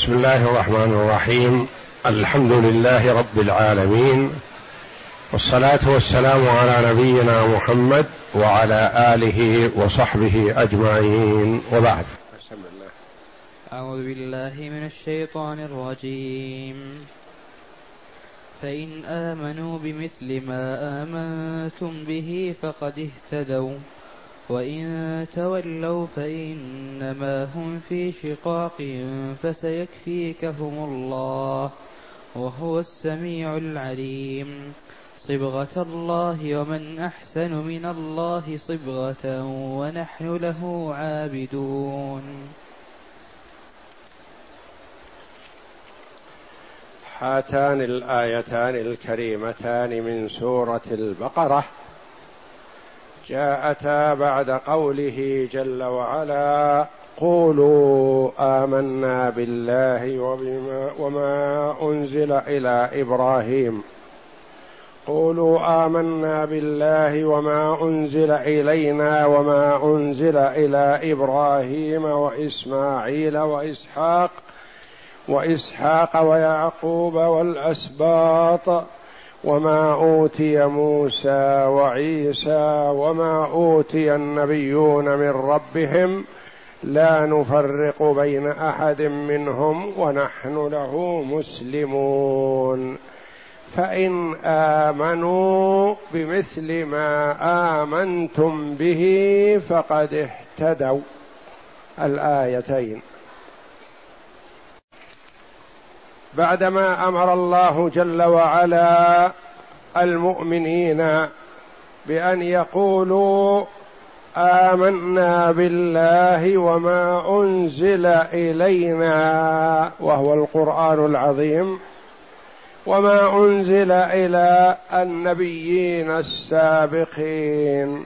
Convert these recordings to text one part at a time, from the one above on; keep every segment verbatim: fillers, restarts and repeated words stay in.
بسم الله الرحمن الرحيم. الحمد لله رب العالمين، والصلاة والسلام على نبينا محمد وعلى آله وصحبه أجمعين، وبعد. بسم الله. أعوذ بالله من الشيطان الرجيم. فإن آمنوا بمثل ما آمنتم به فقد اهتدوا، وإن تولوا فإنما هم في شقاق فسيكفيكهم الله وهو السميع العليم. صبغة الله ومن أحسن من الله صبغة ونحن له عابدون. هاتان الآيتان الكريمتان من سورة البقرة جاءتا بعد قوله جل وعلا: قولوا آمنا بالله وبما وما أنزل إلى إبراهيم قولوا آمنا بالله وما أنزل إلينا وما أنزل إلى إبراهيم وإسماعيل وإسحاق وإسحاق ويعقوب والأسباط وما أوتي موسى وعيسى وما أوتي النبيون من ربهم لا نفرق بين أحد منهم ونحن له مسلمون. فإن آمنوا بمثل ما آمنتم به فقد اهتدوا. الآيتين بعدما أمر الله جل وعلا المؤمنين بأن يقولوا آمنا بالله وما أنزل إلينا وهو القرآن العظيم وما أنزل إلى النبيين السابقين،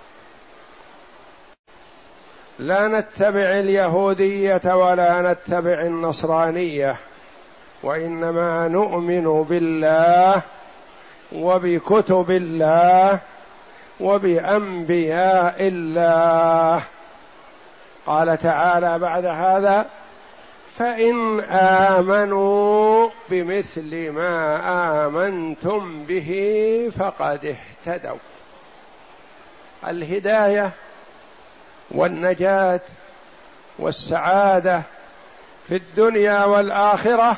لا نتبع اليهودية ولا نتبع النصرانية، وإنما نؤمن بالله وبكتب الله وبأنبياء الله. قال تعالى بعد هذا: فإن آمنوا بمثل ما آمنتم به فقد اهتدوا. الهداية والنجاة والسعادة في الدنيا والآخرة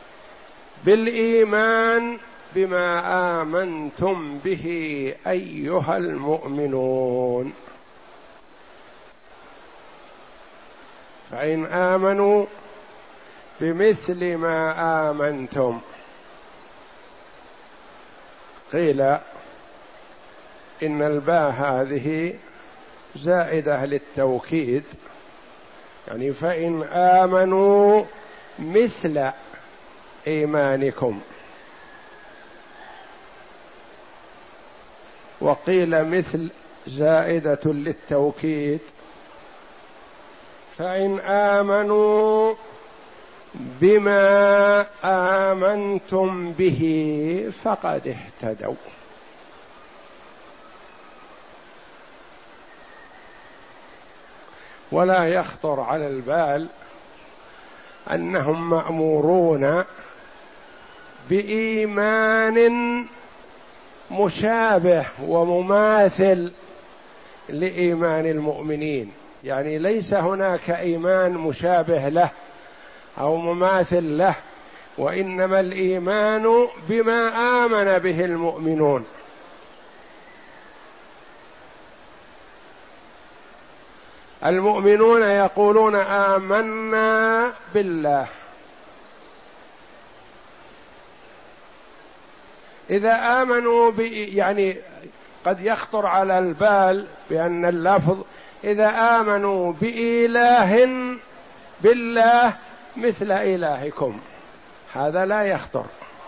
بالإيمان بما آمنتم به أيها المؤمنون. فإن آمنوا بمثل ما آمنتم، قيل إن الباء هذه زائدة للتوكيد، يعني فإن آمنوا مثل إيمانكم، وقيل مثل زائدة للتوكيد. فإن آمنوا بما آمنتم به فقد اهتدوا. ولا يخطر على البال أنهم مأمورون بإيمان مشابه ومماثل لإيمان المؤمنين، يعني ليس هناك إيمان مشابه له أو مماثل له، وإنما الإيمان بما آمن به المؤمنون. المؤمنون يقولون آمنا بالله، إذا آمنوا ب يعني قد يخطر على البال بأن اللفظ إذا آمنوا بإله بالله مثل إلهكم، هذا لا يخطر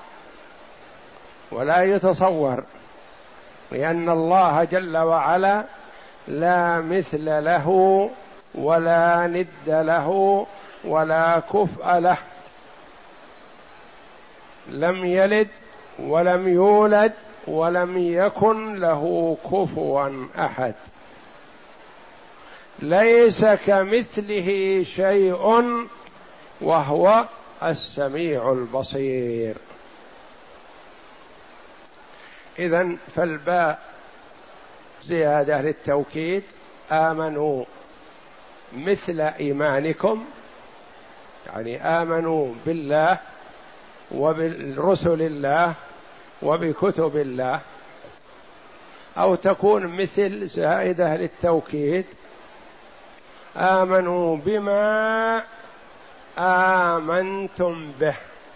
ولا يتصور، لأن الله جل وعلا لا مثل له ولا ند له ولا كفء له، لم يلد ولم يولد ولم يكن له كفوا أحد، ليس كمثله شيء وهو السميع البصير. إذن فالباء زيادة للتوكيد، آمنوا مثل إيمانكم، يعني آمنوا بالله وبرسل الله وبكتب الله، أو تكون مثل زائدة للتوكيد، آمنوا بما آمنتم به.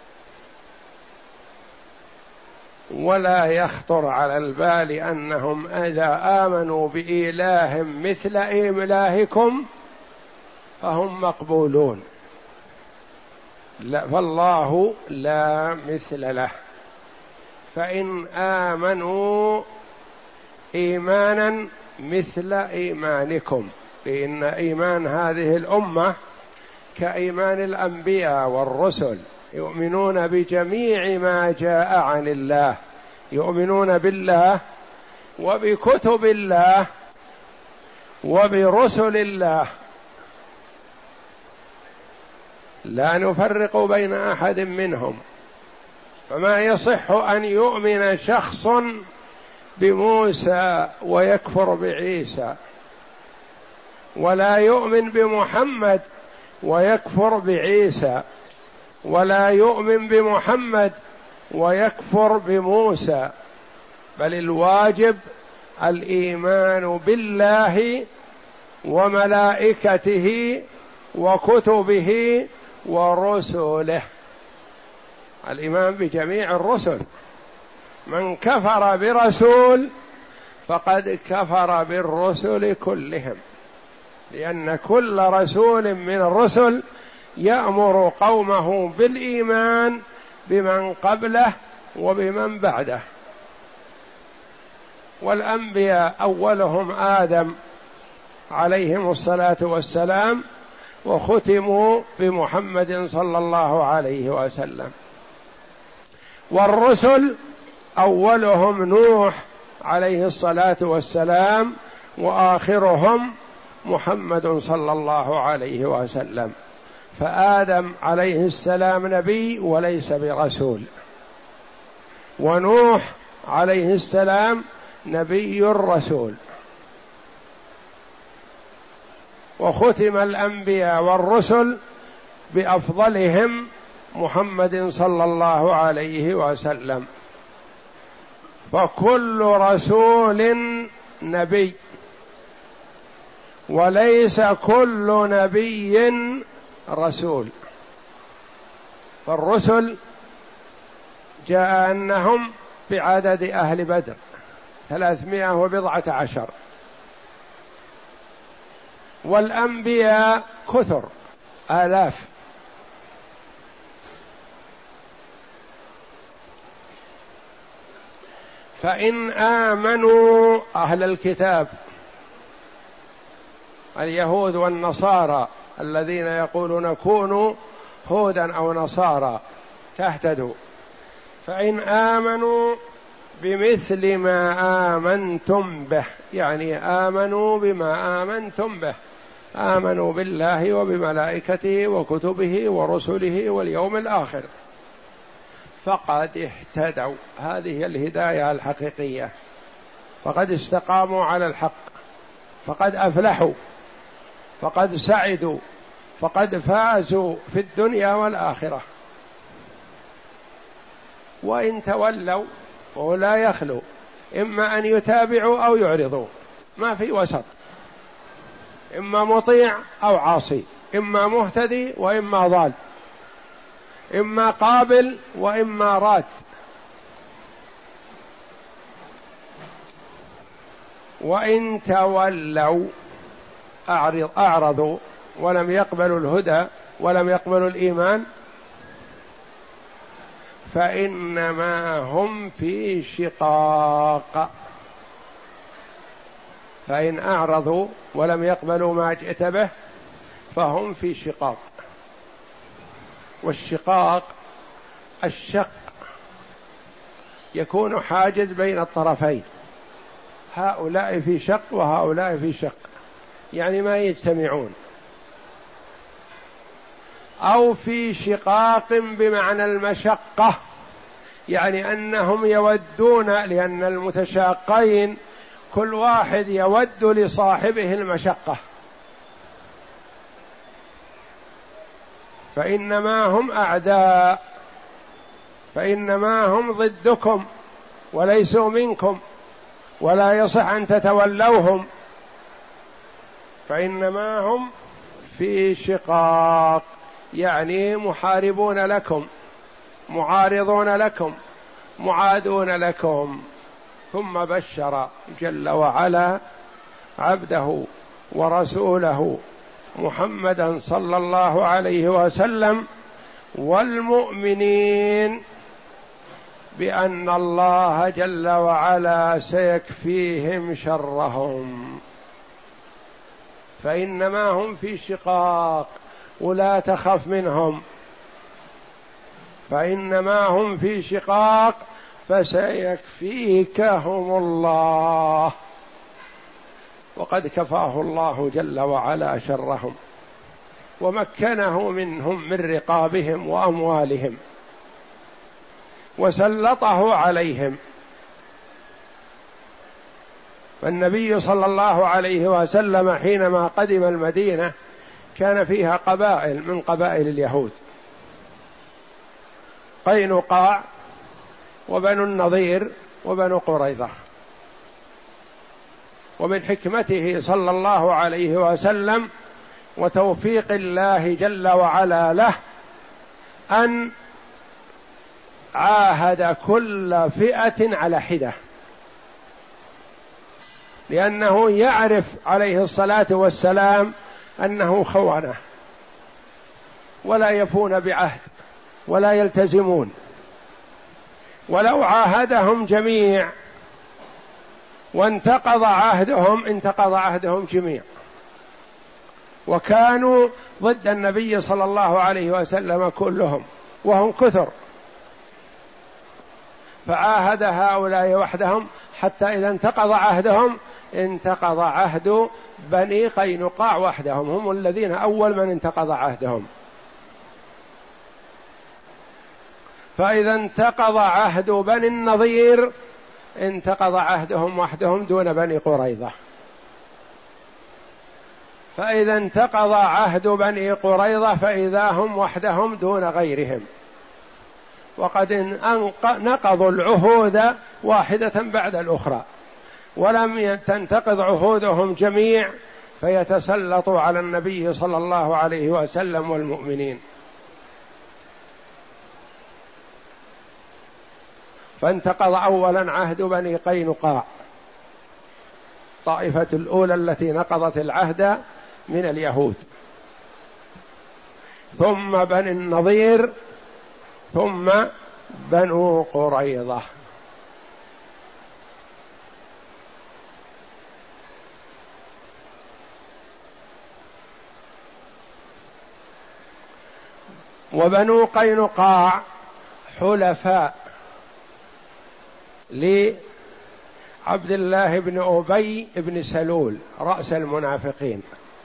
ولا يخطر على البال أنهم إذا آمنوا بإله مثل إلهكم فهم مقبولون، لا، فالله لا مثل له. فإن آمنوا إيمانا مثل إيمانكم، لأن إيمان هذه الأمة كإيمان الأنبياء والرسل، يؤمنون بجميع ما جاء عن الله، يؤمنون بالله وبكتب الله وبرسل الله، لا نفرق بين أحد منهم. فما يصح أن يؤمن شخص بموسى ويكفر بعيسى، ولا يؤمن بمحمد ويكفر بعيسى، ولا يؤمن بمحمد ويكفر بموسى، بل الواجب الإيمان بالله وملائكته وكتبه ورسله، الإيمان بجميع الرسل. من كفر برسول فقد كفر بالرسل كلهم، لأن كل رسول من الرسل يأمر قومه بالإيمان بمن قبله وبمن بعده. والأنبياء أولهم آدم عليهم الصلاة والسلام، وختموا بمحمد صلى الله عليه وسلم. والرسل أولهم نوح عليه الصلاة والسلام، وآخرهم محمد صلى الله عليه وسلم. فآدم عليه السلام نبي وليس برسول، ونوح عليه السلام نبي رسول، وختم الأنبياء والرسل بأفضلهم محمد صلى الله عليه وسلم. فكل رسول نبي، وليس كل نبي رسول. فالرسل جاء أنهم بعدد أهل بدر ثلاثمائة وبضعة عشر، والأنبياء كثر آلاف. فإن آمنوا أهل الكتاب اليهود والنصارى الذين يقولون كونوا هودا أو نصارى تهتدوا، فإن آمنوا بمثل ما آمنتم به، يعني آمنوا بما آمنتم به، آمنوا بالله وبملائكته وكتبه ورسله واليوم الآخر، فقد اهتدوا. هذه الهداية الحقيقية، فقد استقاموا على الحق، فقد أفلحوا، فقد سعدوا، فقد فازوا في الدنيا والآخرة. وإن تولوا وهو لا يخلو، إما أن يتابعوا أو يعرضوا، ما في وسط، إما مطيع أو عاصي، إما مهتدي وإما ضال، إما قابل وإما راد. وإن تولوا أعرض أعرضوا ولم يقبلوا الهدى ولم يقبلوا الإيمان، فإنما هم في شقاق. فإن أعرضوا ولم يقبلوا ما جئت به فهم في شقاق. والشقاق الشق يكون حاجز بين الطرفين، هؤلاء في شق وهؤلاء في شق، يعني ما يجتمعون. أو في شقاق بمعنى المشقة، يعني أنهم يودون، لأن المتشاقين كل واحد يود لصاحبه المشقة، فإنما هم أعداء، فإنما هم ضدكم وليسوا منكم، ولا يصح أن تتولوهم، فإنما هم في شقاق، يعني محاربون لكم، معارضون لكم، معادون لكم. ثم بشر جل وعلا عبده ورسوله محمدا صلى الله عليه وسلم والمؤمنين بأن الله جل وعلا سيكفيهم شرهم، فإنما هم في شقاق ولا تخف منهم، فإنما هم في شقاق فسيكفيكهم الله، وقد كفاه الله جل وعلا شرهم ومكنه منهم من رقابهم وأموالهم وسلطه عليهم. فالنبي صلى الله عليه وسلم حينما قدم المدينة كان فيها قبائل من قبائل اليهود، قينقاع وبنو النضير وبنو قريظة، ومن حكمته صلى الله عليه وسلم وتوفيق الله جل وعلا له أن عاهد كل فئة على حدة، لأنه يعرف عليه الصلاة والسلام أنه خونة ولا يفون بعهد ولا يلتزمون، ولو عاهدهم جميع وانتقض عهدهم انتقض عهدهم جميع، وكانوا ضد النبي صلى الله عليه وسلم كلهم وهم كثر، فعاهد هؤلاء وحدهم حتى إذا انتقض عهدهم انتقض عهد بني قينقاع وحدهم، هم الذين أول من انتقض عهدهم، فإذا انتقض عهد بني النضير انتقض عهدهم وحدهم دون بني قريظة، فإذا انتقض عهد بني قريظة فإذا هم وحدهم دون غيرهم، وقد نقضوا العهود واحدة بعد الأخرى ولم تنتقض عهودهم جميع فيتسلطوا على النبي صلى الله عليه وسلم والمؤمنين. فانتقض أولا عهد بني قينقاع، طائفة الأولى التي نقضت العهد من اليهود، ثم بني النضير، ثم بنو قريظة. وبنو قينقاع حلفاء لعبد الله بن أبي بن سلول رأس المنافقين،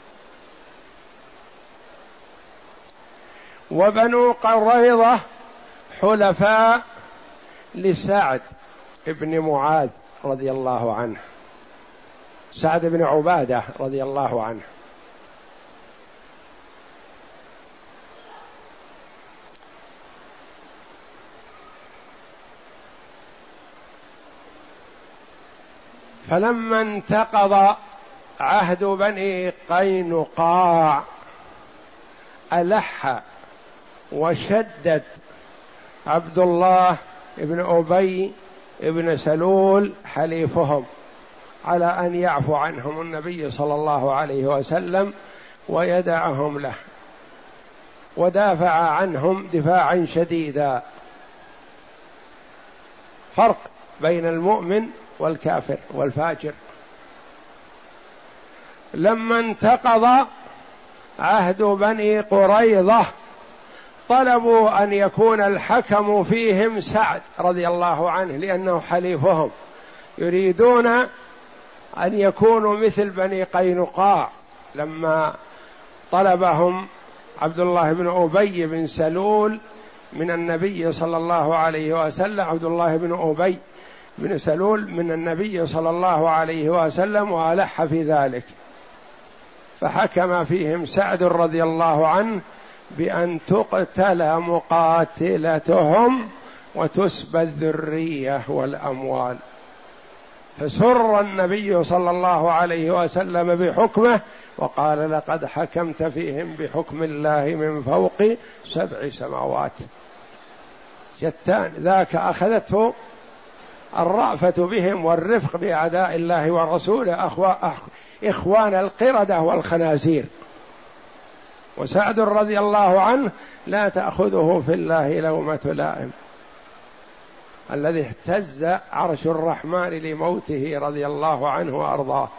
وبنو قريظة حلفاء لسعد بن معاذ رضي الله عنه، سعد بن عبادة رضي الله عنه. فلما انتقض عهد بني قينقاع ألح وشدد عبد الله بن أبي بن سلول حليفهم على أن يعفو عنهم النبي صلى الله عليه وسلم ويدعهم له، ودافع عنهم دفاعا شديدا. فرق بين المؤمن والكافر والفاجر. لما انتقض عهد بني قريظة طلبوا أن يكون الحكم فيهم سعد رضي الله عنه لأنه حليفهم، يريدون أن يكونوا مثل بني قينقاع لما طلبهم عبد الله بن أبي بن سلول من النبي صلى الله عليه وسلم، عبد الله بن أبي بن سلول من النبي صلى الله عليه وسلم، وألح في ذلك، فحكم فيهم سعد رضي الله عنه بأن تقتل مقاتلتهم وتسبى الذرية والأموال، فسر النبي صلى الله عليه وسلم بحكمه وقال: لقد حكمت فيهم بحكم الله من فوق سبع سماوات. جتان ذاك أخذته الرأفة بهم والرفق بأعداء الله ورسوله إخوان القردة والخنازير، وسعد رضي الله عنه لا تأخذه في الله لومة لائم، الذي اهتز عرش الرحمن لموته رضي الله عنه وأرضاه،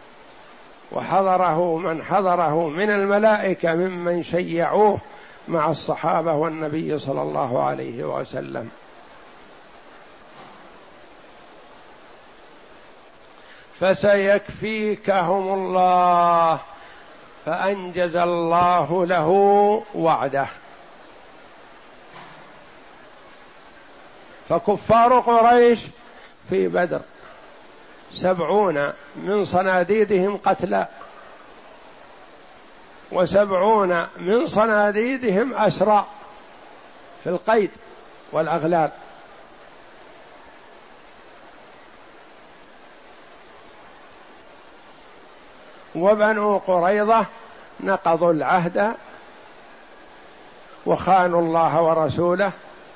وحضره من حضره من الملائكة ممن شيعوه مع الصحابة والنبي صلى الله عليه وسلم. فسيكفيكهم الله، فأنجز الله له وعده. فكفار قريش في بدر سبعون من صناديدهم قتلى، وسبعون من صناديدهم أسرى في القيد والأغلال. وبنو قريظة نقضوا العهد وخانوا الله ورسوله.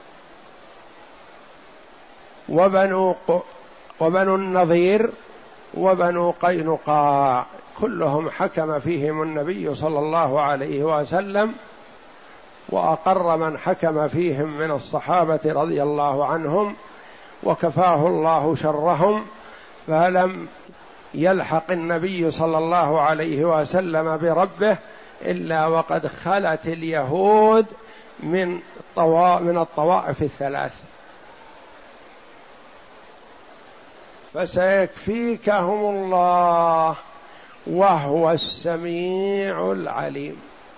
وبنو وبنو النضير وبنو قينقاع كلهم حكم فيهم النبي صلى الله عليه وسلم، وأقر من حكم فيهم من الصحابة رضي الله عنهم، وكفاه الله شرهم، فلم يلحق النبي صلى الله عليه وسلم بربه إلا وقد خلت اليهود من من الطوائف الثلاث. فسيكفيكهم الله وهو السميع العليم.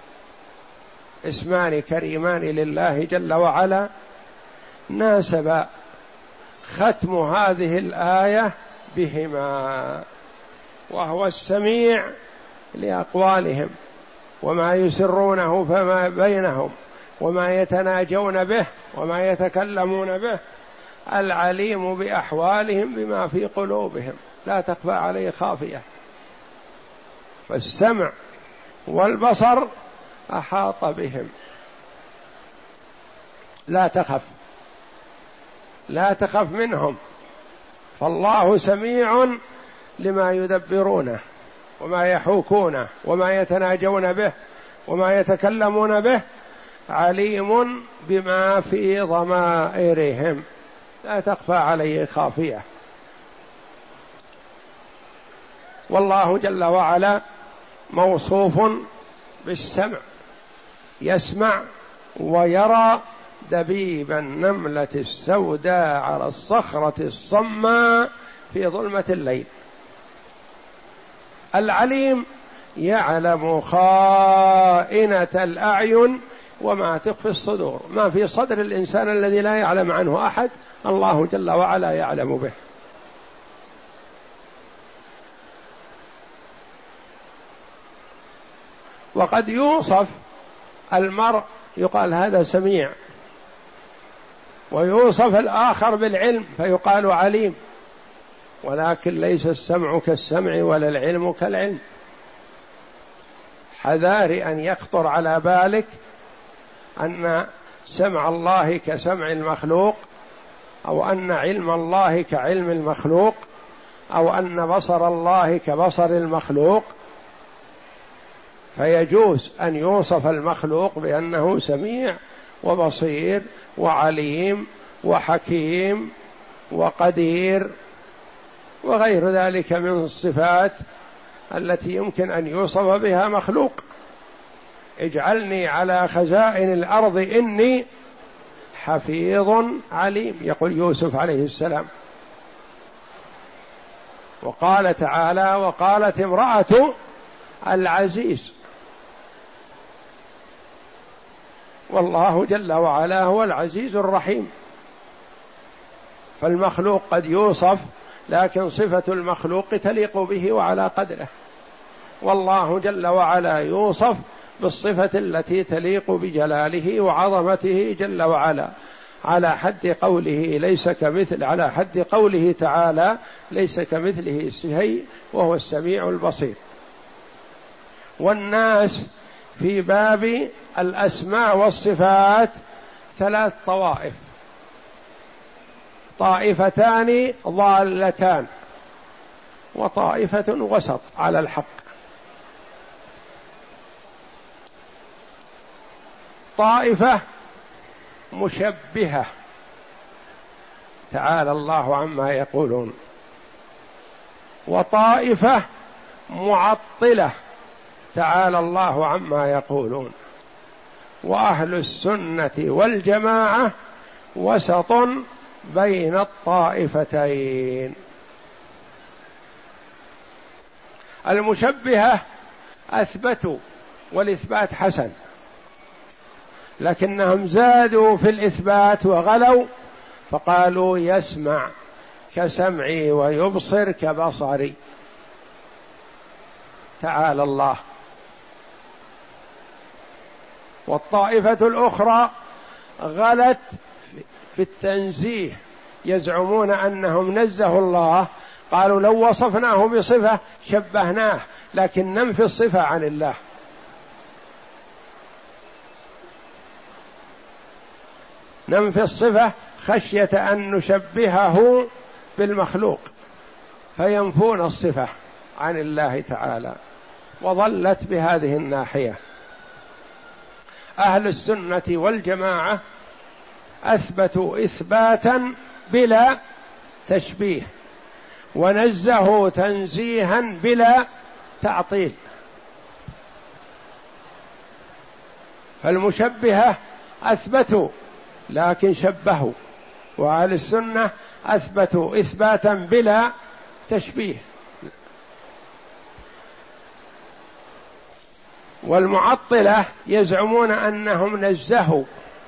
اسمان كريمان لله جل وعلا، ناسب ختم هذه الآية بهما، وهو السميع لأقوالهم وما يسرونه فما بينهم وما يتناجون به وما يتكلمون به، العليم بأحوالهم بما في قلوبهم لا تخفى عليه خافية. فالسمع والبصر أحاط بهم، لا تخف لا تخف منهم، فالله سميع لما يدبرونه وما يحوكونه وما يتناجون به وما يتكلمون به، عليم بما في ضمائرهم لا تخفى عليه خافية. والله جل وعلا موصوف بالسمع، يسمع ويرى دبيب النملة السوداء على الصخرة الصماء في ظلمة الليل. العليم يعلم خائنة الأعين وما تخفي الصدور، ما في صدر الإنسان الذي لا يعلم عنه أحد الله جل وعلا يعلم به. وقد يوصف المرء يقال هذا سميع، ويوصف الآخر بالعلم فيقال عليم، ولكن ليس السمع كالسمع ولا العلم كالعلم. حذار أن يخطر على بالك أن سمع الله كسمع المخلوق، أو أن علم الله كعلم المخلوق، أو أن بصر الله كبصر المخلوق. فيجوز أن يوصف المخلوق بأنه سميع وبصير وعليم وحكيم وقدير وغير ذلك من الصفات التي يمكن أن يوصف بها مخلوق. اجعلني على خزائن الأرض إني حفيظ عليم، يقول يوسف عليه السلام. وقال تعالى: وقالت امرأة العزيز والله جل وعلا هو العزيز الرحيم. فالمخلوق قد يوصف، لكن صفة المخلوق تليق به وعلى قدره، والله جل وعلا يوصف بالصفة التي تليق بجلاله وعظمته جل وعلا، على حد قوله ليس كمثل على حد قوله تعالى ليس كمثله شيء وهو السميع البصير. والناس في باب الأسماء والصفات ثلاث طوائف، طائفتان ضالتان وطائفة وسط على الحق. طائفة مشبهة تعالى الله عما يقولون، وطائفة معطلة تعالى الله عما يقولون، وأهل السنة والجماعة وسط بين الطائفتين. المشبهة أثبتوا والإثبات حسن، لكنهم زادوا في الإثبات وغلوا فقالوا يسمع كسمعي ويبصر كبصري تعالى الله. والطائفة الأخرى غلت في التنزيه، يزعمون أنهم نزهوا الله، قالوا لو وصفناه بصفة شبهناه، لكن ننفي الصفة عن الله. ننفي الصفة خشية أن نشبهه بالمخلوق، فينفون الصفة عن الله تعالى، وظلت بهذه الناحية. أهل السنة والجماعة أثبتوا إثباتا بلا تشبيه، ونزهوا تنزيها بلا تعطيل. فالمشبهة أثبتوا لكن شبهوا، وأهل السنة أثبتوا إثباتا بلا تشبيه. والمعطلة يزعمون أنهم نزهوا،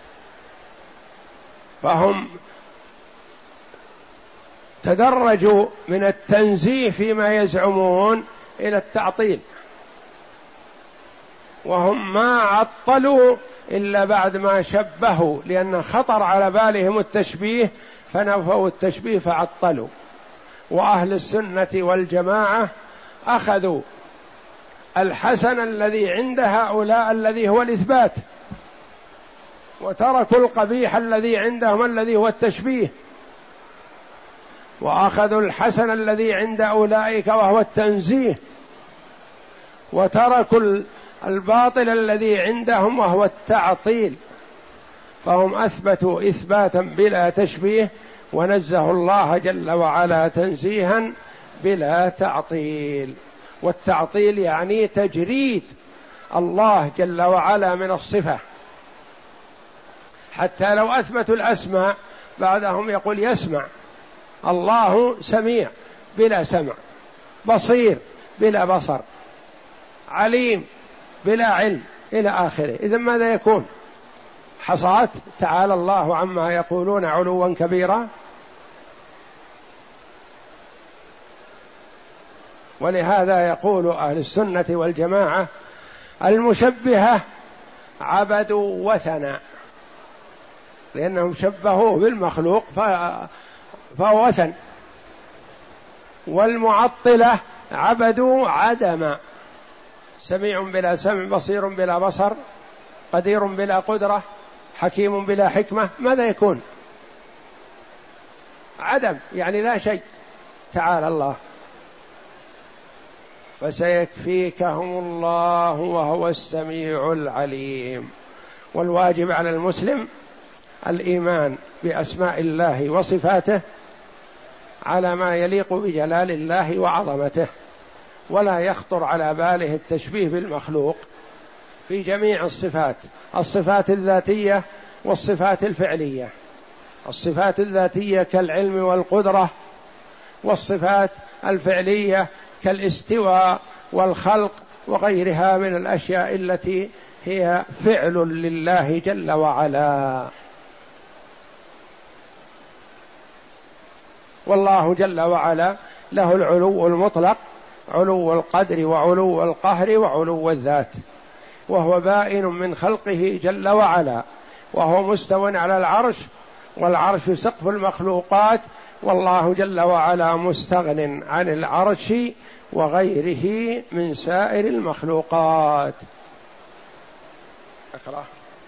فهم تدرجوا من التنزيه فيما يزعمون إلى التعطيل، وهم ما عطلوا إلا بعد ما شبهوا، لأن خطر على بالهم التشبيه فنفوا التشبيه فعطلوا. وأهل السنة والجماعة أخذوا الحسن الذي عند هؤلاء الذي هو الإثبات، وتركوا القبيح الذي عندهم الذي هو التشبيه، وأخذوا الحسن الذي عند أولئك وهو التنزيه، وتركوا الباطل الذي عندهم وهو التعطيل. فهم أثبتوا إثباتا بلا تشبيه، ونزهوا الله جل وعلا تنزيها بلا تعطيل. والتعطيل يعني تجريد الله جل وعلا من الصفة، حتى لو أثبتوا الأسماء بعدهم يقول يسمع، الله سميع بلا سمع، بصير بلا بصر، عليم بلا علم، إلى آخره. إذن ماذا يكون؟ حصات تعالى الله عما يقولون علوا كبيرا. ولهذا يقول أهل السنة والجماعة المشبهة عبدوا وثنا، لأنهم شبهوه بالمخلوق فهو وثن. والمعطلة عبدوا عدما، سميع بلا سمع، بصير بلا بصر، قدير بلا قدرة، حكيم بلا حكمة. ماذا يكون؟ عدم، يعني لا شيء تعالى الله. فسيكفيكهم الله وهو السميع العليم. والواجب على المسلم الإيمان بأسماء الله وصفاته على ما يليق بجلال الله وعظمته، ولا يخطر على باله التشبيه بالمخلوق في جميع الصفات، الصفات الذاتية والصفات الفعلية. الصفات الذاتية كالعلم والقدرة، والصفات الفعلية كالاستواء والخلق وغيرها من الأشياء التي هي فعل لله جل وعلا، والله جل وعلا له العلو المطلق، علو القدر وعلو القهر وعلو الذات، وهو بائن من خلقه جل وعلا، وهو مستو على العرش، والعرش سقف المخلوقات، والله جل وعلا مستغن عن العرش وغيره من سائر المخلوقات. اقرأ.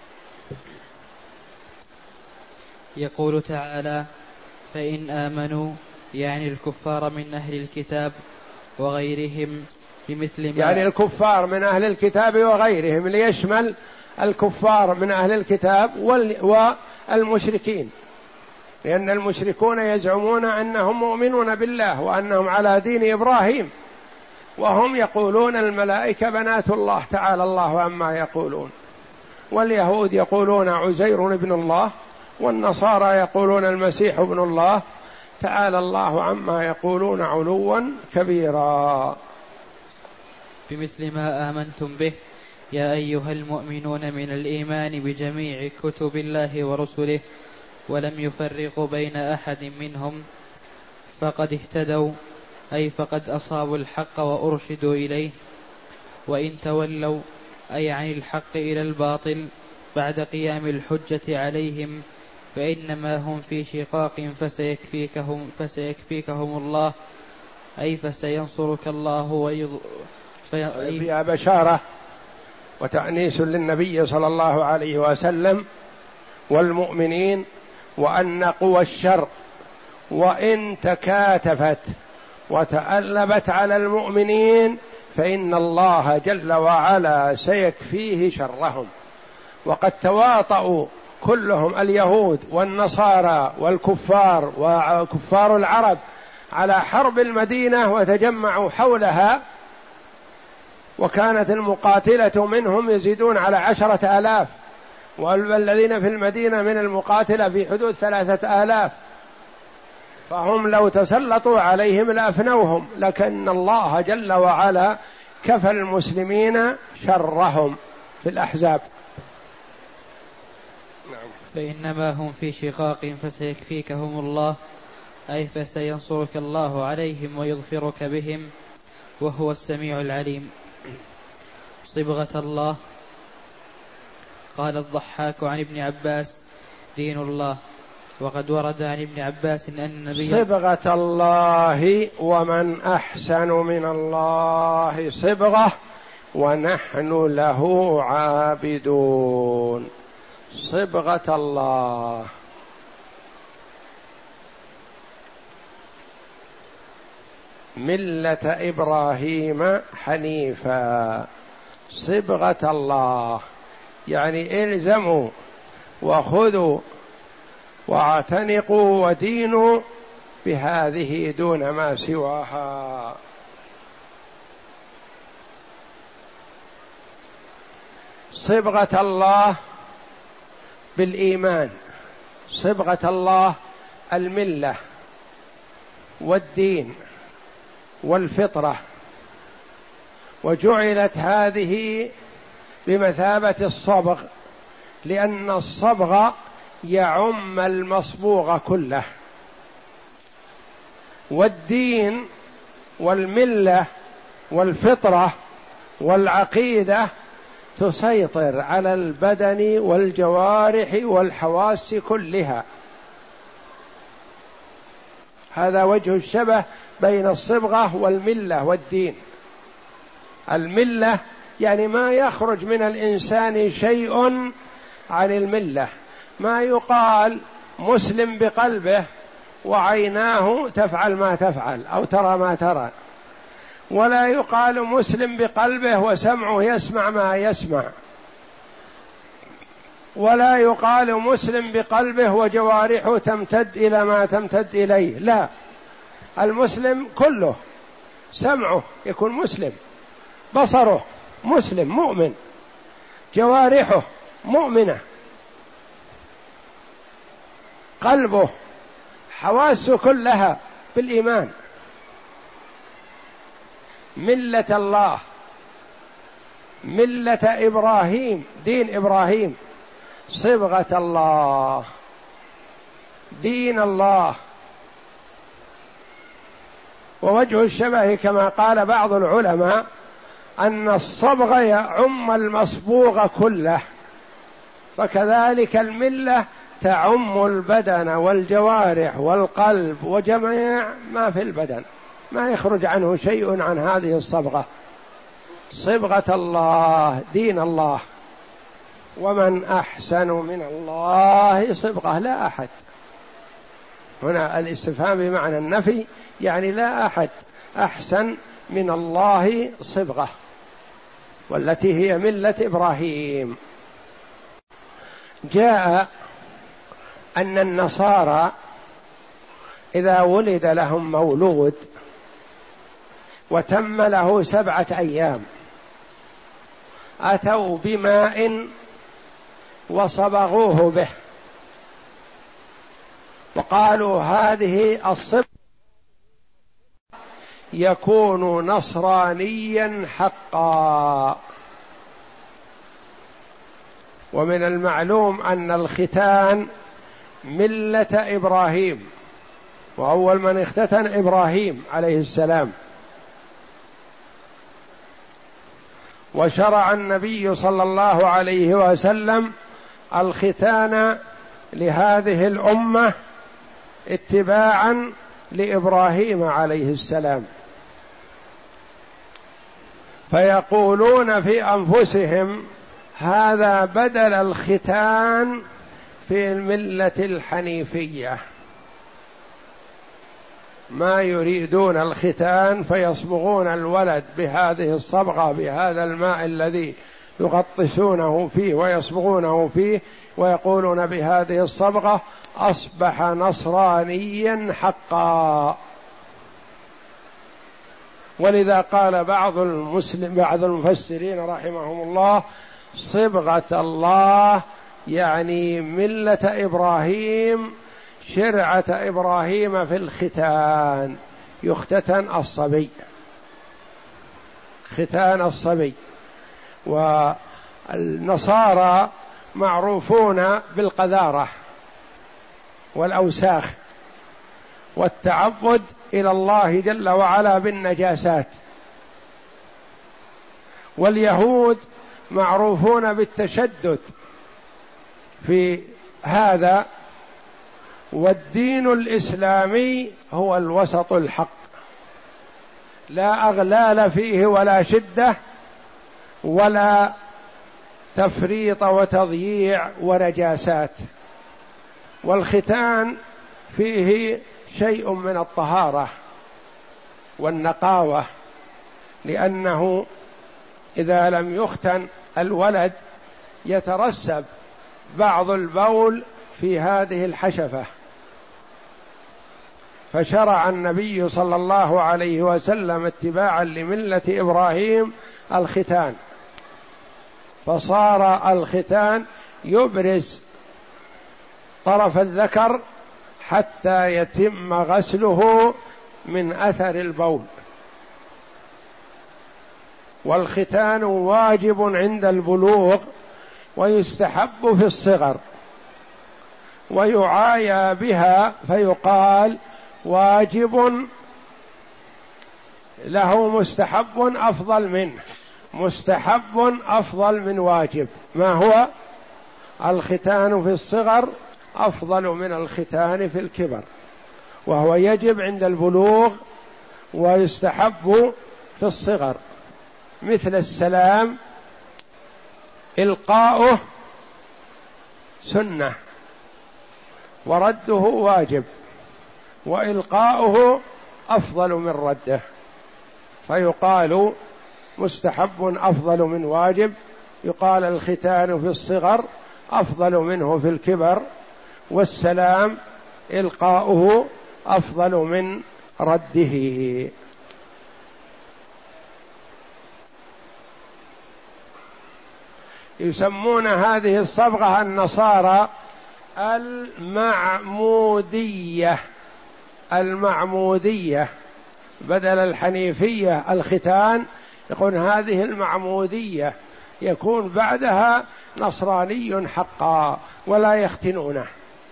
يقول تعالى: فإن آمنوا، يعني الكفار من أهل الكتاب وغيرهم بمثل ما، يعني الكفار من أهل الكتاب وغيرهم، ليشمل الكفار من أهل الكتاب والمشركين، لأن المشركون يزعمون أنهم مؤمنون بالله وأنهم على دين إبراهيم، وهم يقولون الملائكة بنات الله تعالى الله عما يقولون، واليهود يقولون عزير ابن الله، والنصارى يقولون المسيح ابن الله، تعالى الله عما يقولون علوا كبيرا. بمثل ما آمنتم به يا أيها المؤمنون من الإيمان بجميع كتب الله ورسله، ولم يفرقوا بين أحد منهم فقد اهتدوا، أي فقد أصابوا الحق وأرشدوا إليه. وإن تولوا، أي عن الحق إلى الباطل بعد قيام الحجة عليهم، فإنما هم في شقاق فسيكفيكهم, فسيكفيكهم الله، أي فسينصرك الله ويض... في... فيها بشارة وتأنيس للنبي صلى الله عليه وسلم والمؤمنين، وأن قوى الشر وإن تكاتفت وتألبت على المؤمنين فإن الله جل وعلا سيكفيه شرهم. وقد تواطؤوا كلهم، اليهود والنصارى والكفار وكفار العرب، على حرب المدينة، وتجمعوا حولها، وكانت المقاتلة منهم يزيدون على عشرة آلاف، والذين في المدينة من المقاتلة في حدود ثلاثة آلاف، فهم لو تسلطوا عليهم لأفنوهم، لكن الله جل وعلا كفى المسلمين شرهم في الأحزاب. فإنما هم في شقاق فسيكفيكهم الله، أي فسينصرك الله عليهم ويظفرك بهم، وهو السميع العليم. صبغة الله. قال الضحاك عن ابن عباس: دين الله. وقد ورد عن ابن عباس أن النبي صبغة الله، ومن أحسن من الله صبغة ونحن له عابدون. صبغة الله، ملة إبراهيم حنيفا. صبغة الله يعني الزموا وخذوا واعتنقوا ودينوا بهذه دون ما سواها. صبغة الله بالإيمان، صبغة الله الملة والدين والفطرة، وجعلت هذه بمثابة الصبغ، لأن الصبغ يعم المصبوغ كله، والدين والملة والفطرة والعقيدة تسيطر على البدن والجوارح والحواس كلها. هذا وجه الشبه بين الصبغة والملة والدين. الملة يعني ما يخرج من الإنسان شيء عن الملة، ما يقال مسلم بقلبه وعيناه تفعل ما تفعل أو ترى ما ترى، ولا يقال مسلم بقلبه وسمعه يسمع ما يسمع، ولا يقال مسلم بقلبه وجوارحه تمتد إلى ما تمتد إليه. لا، المسلم كله سمعه يكون مسلم، بصره مسلم مؤمن، جوارحه مؤمنة، قلبه حواسه كلها بالإيمان. ملة الله ملة إبراهيم، دين إبراهيم، صبغة الله، دين الله. ووجه الشبه كما قال بعض العلماء أن الصبغ يعم المصبوغ كله، فكذلك الملة تعم البدن والجوارح والقلب وجميع ما في البدن، ما يخرج عنه شيء عن هذه الصبغة، صبغة الله، دين الله. ومن أحسن من الله صبغة، لا أحد. هنا الاستفهام بمعنى النفي، يعني لا أحد أحسن من الله صبغة، والتي هي ملة إبراهيم. جاء أن النصارى إذا ولد لهم مولود وتم له سبعة أيام أتوا بماء وصبغوه به، وقالوا هذه الصبغة يكون نصرانيا حقا. ومن المعلوم أن الختان ملة إبراهيم، وأول من اختتن إبراهيم عليه السلام. وشرع النبي صلى الله عليه وسلم الختان لهذه الأمة اتباعا لإبراهيم عليه السلام، فيقولون في أنفسهم هذا بدل الختان في الملة الحنيفية، ما يريدون الختان فيصبغون الولد بهذه الصبغة، بهذا الماء الذي يغطسونه فيه ويصبغونه فيه، ويقولون بهذه الصبغة أصبح نصرانيا حقا. ولذا قال بعض المسلم بعض المفسرين رحمهم الله صبغة الله يعني ملة إبراهيم، شرعة إبراهيم في الختان، يختتن الصبي، ختان الصبي. والنصارى معروفون بالقذارة والأوساخ والتعبد إلى الله جل وعلا بالنجاسات، واليهود معروفون بالتشدد في هذا، والدين الإسلامي هو الوسط الحق، لا أغلال فيه ولا شدة ولا تفريط وتضييع ونجاسات. والختان فيه شيء من الطهارة والنقاوة، لأنه إذا لم يختن الولد يترسب بعض البول في هذه الحشفة، فشرع النبي صلى الله عليه وسلم اتباعا لملة إبراهيم الختان، فصار الختان يبرز طرف الذكر حتى يتم غسله من أثر البول. والختان واجب عند البلوغ ويستحب في الصغر، ويعايا بها فيقال واجب له مستحب أفضل منه، مستحب أفضل من واجب. ما هو؟ الختان في الصغر أفضل من الختان في الكبر، وهو يجب عند البلوغ ويستحب في الصغر، مثل السلام إلقاؤه سنة ورده واجب، وإلقاؤه أفضل من رده، فيقال مستحب أفضل من واجب. يقال الختان في الصغر أفضل منه في الكبر، والسلام إلقاؤه أفضل من رده. يسمون هذه الصبغة النصارى المعمودية، المعمودية بدل الحنيفية الختان، يقول هذه المعمودية، يكون بعدها نصراني حقا ولا يختنونه.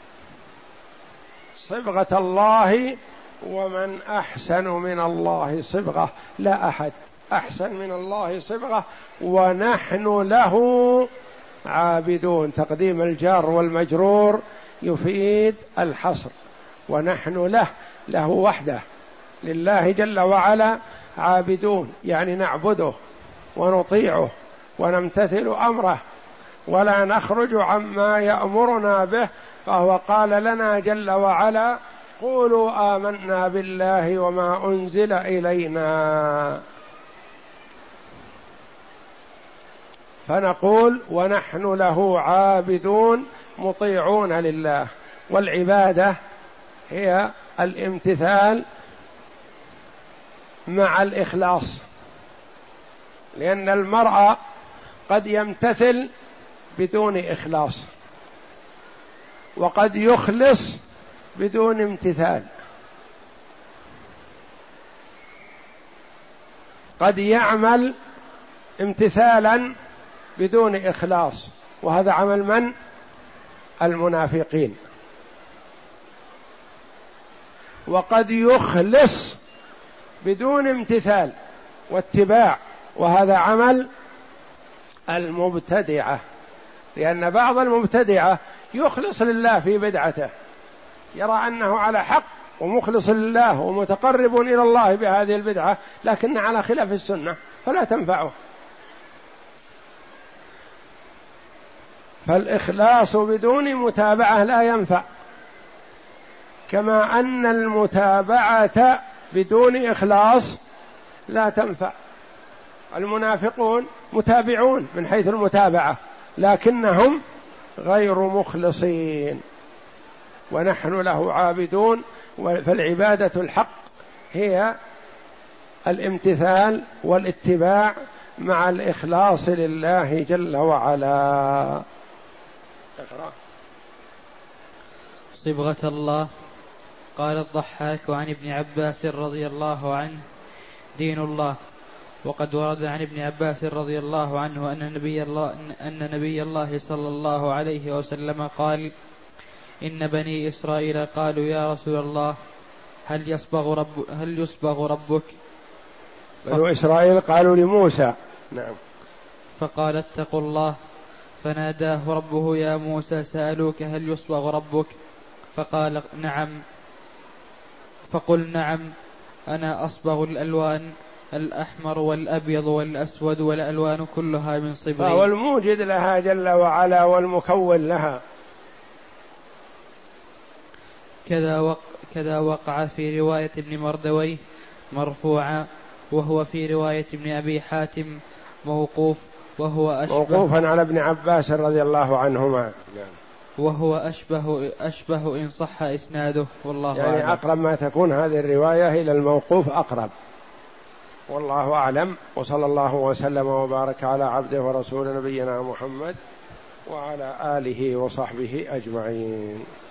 صبغة الله، ومن أحسن من الله صبغة، لا أحد أحسن من الله صبغة، ونحن له عابدون. تقديم الجار والمجرور يفيد الحصر، ونحن له، له وحده، لله جل وعلا عابدون، يعني نعبده ونطيعه ونمتثل أمره ولا نخرج عما يأمرنا به. فهو قال لنا جل وعلا: قولوا آمنا بالله وما أنزل إلينا، فنقول ونحن له عابدون مطيعون لله. والعبادة هي الامتثال مع الإخلاص، لأن المرء قد يمتثل بدون إخلاص، وقد يخلص بدون امتثال، قد يعمل امتثالا بدون إخلاص، وهذا عمل من؟ المنافقين. وقد يخلص بدون امتثال واتباع، وهذا عمل المبتدعة، لأن بعض المبتدعة يخلص لله في بدعته، يرى أنه على حق ومخلص لله ومتقرب إلى الله بهذه البدعة، لكن على خلاف السنة فلا تنفعه. فالإخلاص بدون متابعة لا ينفع، كما أن المتابعة بدون إخلاص لا تنفع. المنافقون متابعون من حيث المتابعة، لكنهم غير مخلصين، ونحن له عابدون. فالعبادة الحق هي الامتثال والاتباع مع الإخلاص لله جل وعلا. اقرأ. صبغة الله. قال الضحاك عن ابن عباس رضي الله عنه: دين الله. وقد ورد عن ابن عباس رضي الله عنه أن نبي الله, أن نبي الله صلى الله عليه وسلم قال: إن بني إسرائيل قالوا يا رسول الله هل يصبغ, رب هل يصبغ ربك؟ بنو إسرائيل قالوا لموسى. نعم. فقال: اتقوا الله. فناداه ربه: يا موسى سألوك هل يصبغ ربك؟ فقال: نعم. فقل: نعم، أنا أصبغ الألوان، الأحمر والأبيض والأسود، والألوان كلها من صبغي. فهو الموجد لها جل وعلا والمكون لها. كذا وق... كذا وقع في رواية ابن مردويه مرفوعا، وهو في رواية ابن أبي حاتم موقوف، وهو أشبه موقوفا على ابن عباس رضي الله عنهما، وهو أشبه أشبه إن صح إسناده، والله يعني أعلم. أقرب ما تكون هذه الرواية إلى الموقوف أقرب، والله أعلم. وصلى الله وسلم وبارك على عبده ورسول نبينا محمد وعلى آله وصحبه أجمعين.